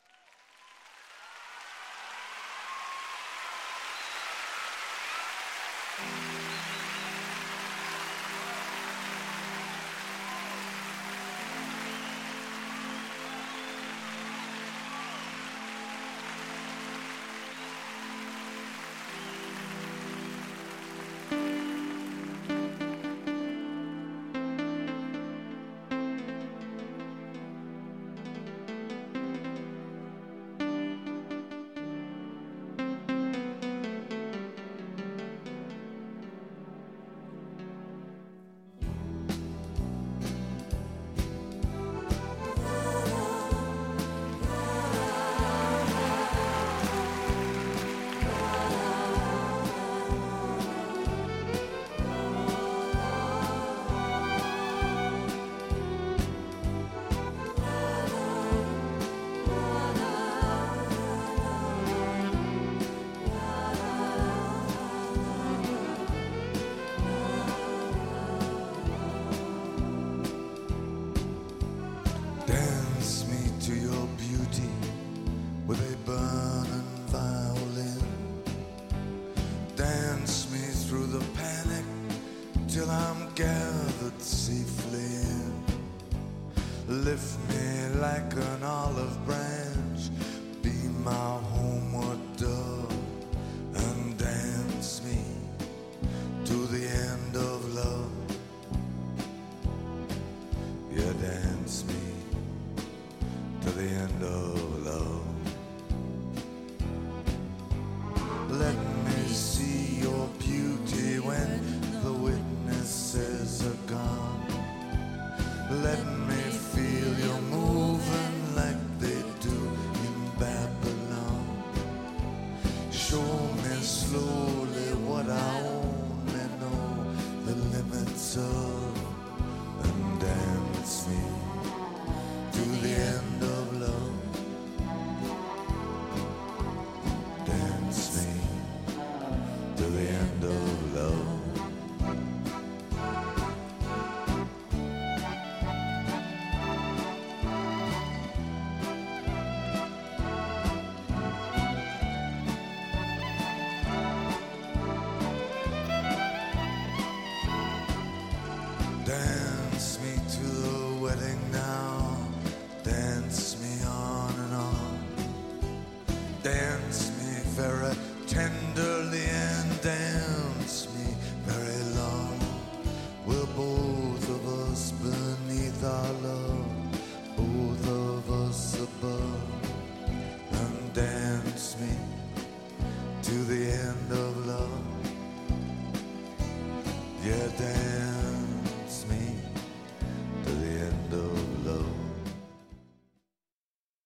Lift me like an olive branch, be my homeward dove, and dance me to the end of love. Yeah, dance me to the end of love. Let me see your beauty when the witnesses are gone. Let me feel you moving like they do in Babylon. Show me slowly what I only know the limits of, and dance me to the end of love. Dance me to the end of love. Dance me to the wedding now. Dance me on and on. Dance me very tenderly and dance me very long. We're both of us beneath our love, both of us above. And dance me to the end of love. Yeah, dance